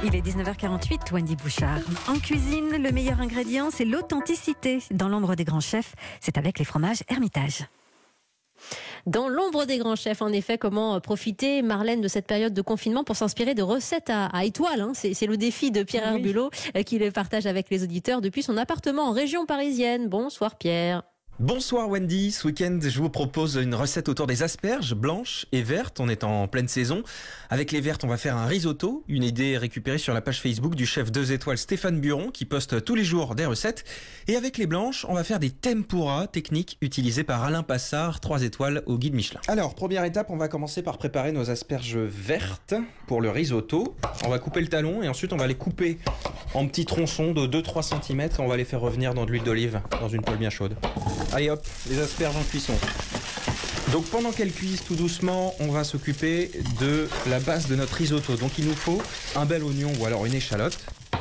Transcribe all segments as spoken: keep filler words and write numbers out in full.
Il est dix-neuf heures quarante-huit, Wendy Bouchard. En cuisine, le meilleur ingrédient, c'est l'authenticité. Dans l'ombre des grands chefs, c'est avec les fromages Hermitage. Dans l'ombre des grands chefs, en effet, comment profiter, Marlène, de cette période de confinement pour s'inspirer de recettes à, à étoiles, hein. c'est, c'est le défi de Pierre oui. Herbulot euh, qui le partage avec les auditeurs depuis son appartement en région parisienne. Bonsoir Pierre. Bonsoir Wendy, ce week-end je vous propose une recette autour des asperges blanches et vertes, on est en pleine saison. Avec les vertes on va faire un risotto, une idée récupérée sur la page Facebook du chef deux étoiles Stéphane Buron qui poste tous les jours des recettes. Et avec les blanches on va faire des tempura, technique utilisée par Alain Passard, trois étoiles au guide Michelin. Alors première étape, on va commencer par préparer nos asperges vertes pour le risotto. On va couper le talon et ensuite on va les couper en petits tronçons de deux à trois centimètres et on va les faire revenir dans de l'huile d'olive dans une poêle bien chaude. Allez hop, les asperges en cuisson. Donc pendant qu'elles cuisent tout doucement, on va s'occuper de la base de notre risotto. Donc il nous faut un bel oignon ou alors une échalote.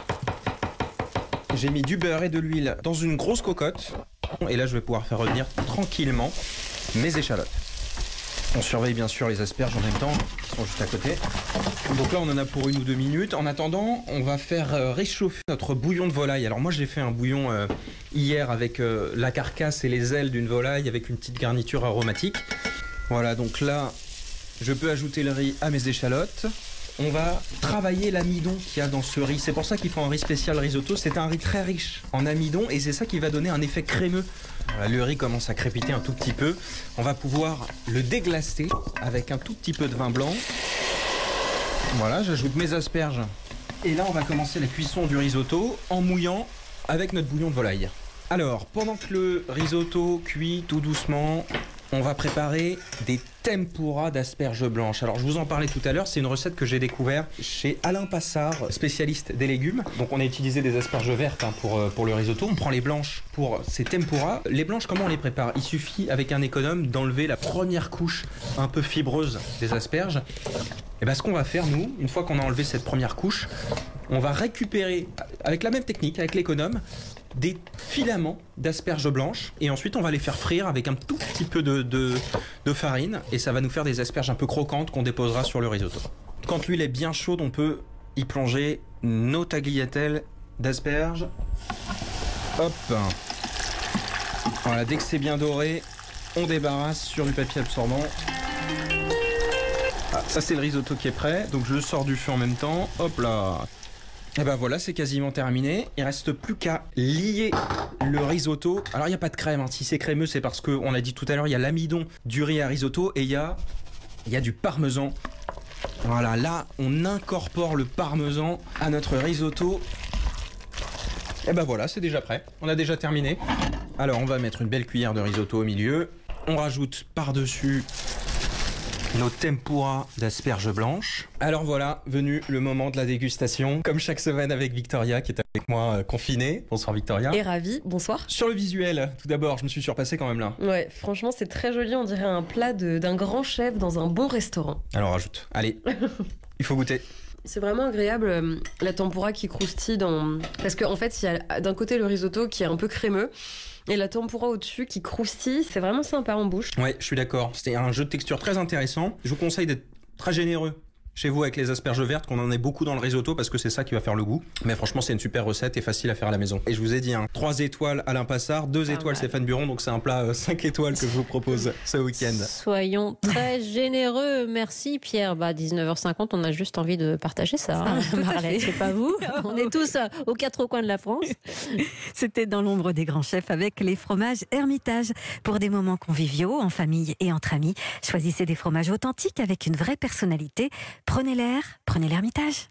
J'ai mis du beurre et de l'huile dans une grosse cocotte. Et là je vais pouvoir faire revenir tranquillement mes échalotes. On surveille bien sûr les asperges en même temps, qui sont juste à côté. Donc là on en a pour une ou deux minutes. En attendant, on va faire réchauffer notre bouillon de volaille. Alors moi j'ai fait un bouillon euh, hier avec euh, la carcasse et les ailes d'une volaille avec une petite garniture aromatique. Voilà, donc là je peux ajouter le riz à mes échalotes. On va travailler l'amidon qu'il y a dans ce riz. C'est pour ça qu'il faut un riz spécial risotto. C'est un riz très riche en amidon et c'est ça qui va donner un effet crémeux. Voilà, le riz commence à crépiter un tout petit peu. On va pouvoir le déglacer avec un tout petit peu de vin blanc. Voilà, j'ajoute mes asperges. Et là, on va commencer la cuisson du risotto en mouillant avec notre bouillon de volaille. Alors, pendant que le risotto cuit tout doucement, on va préparer des tempura d'asperges blanches. Alors je vous en parlais tout à l'heure, c'est une recette que j'ai découvert chez Alain Passard, spécialiste des légumes. Donc on a utilisé des asperges vertes hein, pour, pour le risotto. On prend les blanches pour ces tempura. Les blanches, comment on les prépare? Il suffit avec un économe d'enlever la première couche un peu fibreuse des asperges. Et bien ce qu'on va faire nous, une fois qu'on a enlevé cette première couche, on va récupérer avec la même technique, avec l'économe, des filaments d'asperges blanches et ensuite on va les faire frire avec un tout petit peu de, de, de farine et ça va nous faire des asperges un peu croquantes qu'on déposera sur le risotto. Quand l'huile est bien chaude, on peut y plonger nos tagliatelles d'asperges. Hop. Voilà, dès que c'est bien doré, on débarrasse sur du papier absorbant. Ah, ça c'est le risotto qui est prêt, donc je le sors du feu en même temps. Hop là. Et ben voilà, c'est quasiment terminé. Il reste plus qu'à lier le risotto. Alors il n'y a pas de crème, hein. Si c'est crémeux, c'est parce qu'on a dit tout à l'heure, il y a l'amidon du riz à risotto et il y a, il y a du parmesan. Voilà, là on incorpore le parmesan à notre risotto. Et ben voilà, c'est déjà prêt. On a déjà terminé. Alors on va mettre une belle cuillère de risotto au milieu. On rajoute par-dessus nos tempura d'asperges blanches. Alors voilà, venu le moment de la dégustation. Comme chaque semaine avec Victoria qui est avec moi euh, confinée. Bonsoir Victoria. Et ravie, bonsoir. Sur le visuel, tout d'abord, je me suis surpassé quand même là. Ouais, franchement c'est très joli, on dirait un plat de, d'un grand chef dans un bon restaurant. Alors rajoute, allez, il faut goûter. C'est vraiment agréable euh, la tempura qui croustille dans... Parce qu'en en fait il y a d'un côté le risotto qui est un peu crémeux et la tempura au-dessus qui croustille, c'est vraiment sympa en bouche. Ouais, je suis d'accord, c'était un jeu de texture très intéressant. Je vous conseille d'être très généreux chez vous avec les asperges vertes, qu'on en ait beaucoup dans le risotto parce que c'est ça qui va faire le goût. Mais franchement c'est une super recette et facile à faire à la maison. Et je vous ai dit, hein, trois étoiles Alain Passard, deux Ah, étoiles ouais. Stéphane Buron, donc c'est un plat euh, cinq étoiles que je vous propose ce week-end. Soyons très généreux. Merci Pierre. Bah, dix-neuf heures cinquante, on a juste envie de partager ça. Hein, Marlène, c'est pas vous. On est tous euh, aux quatre coins de la France. C'était dans l'ombre des grands chefs avec les fromages Hermitage. Pour des moments conviviaux, en famille et entre amis, choisissez des fromages authentiques avec une vraie personnalité. Prenez l'air, prenez l'Hermitage.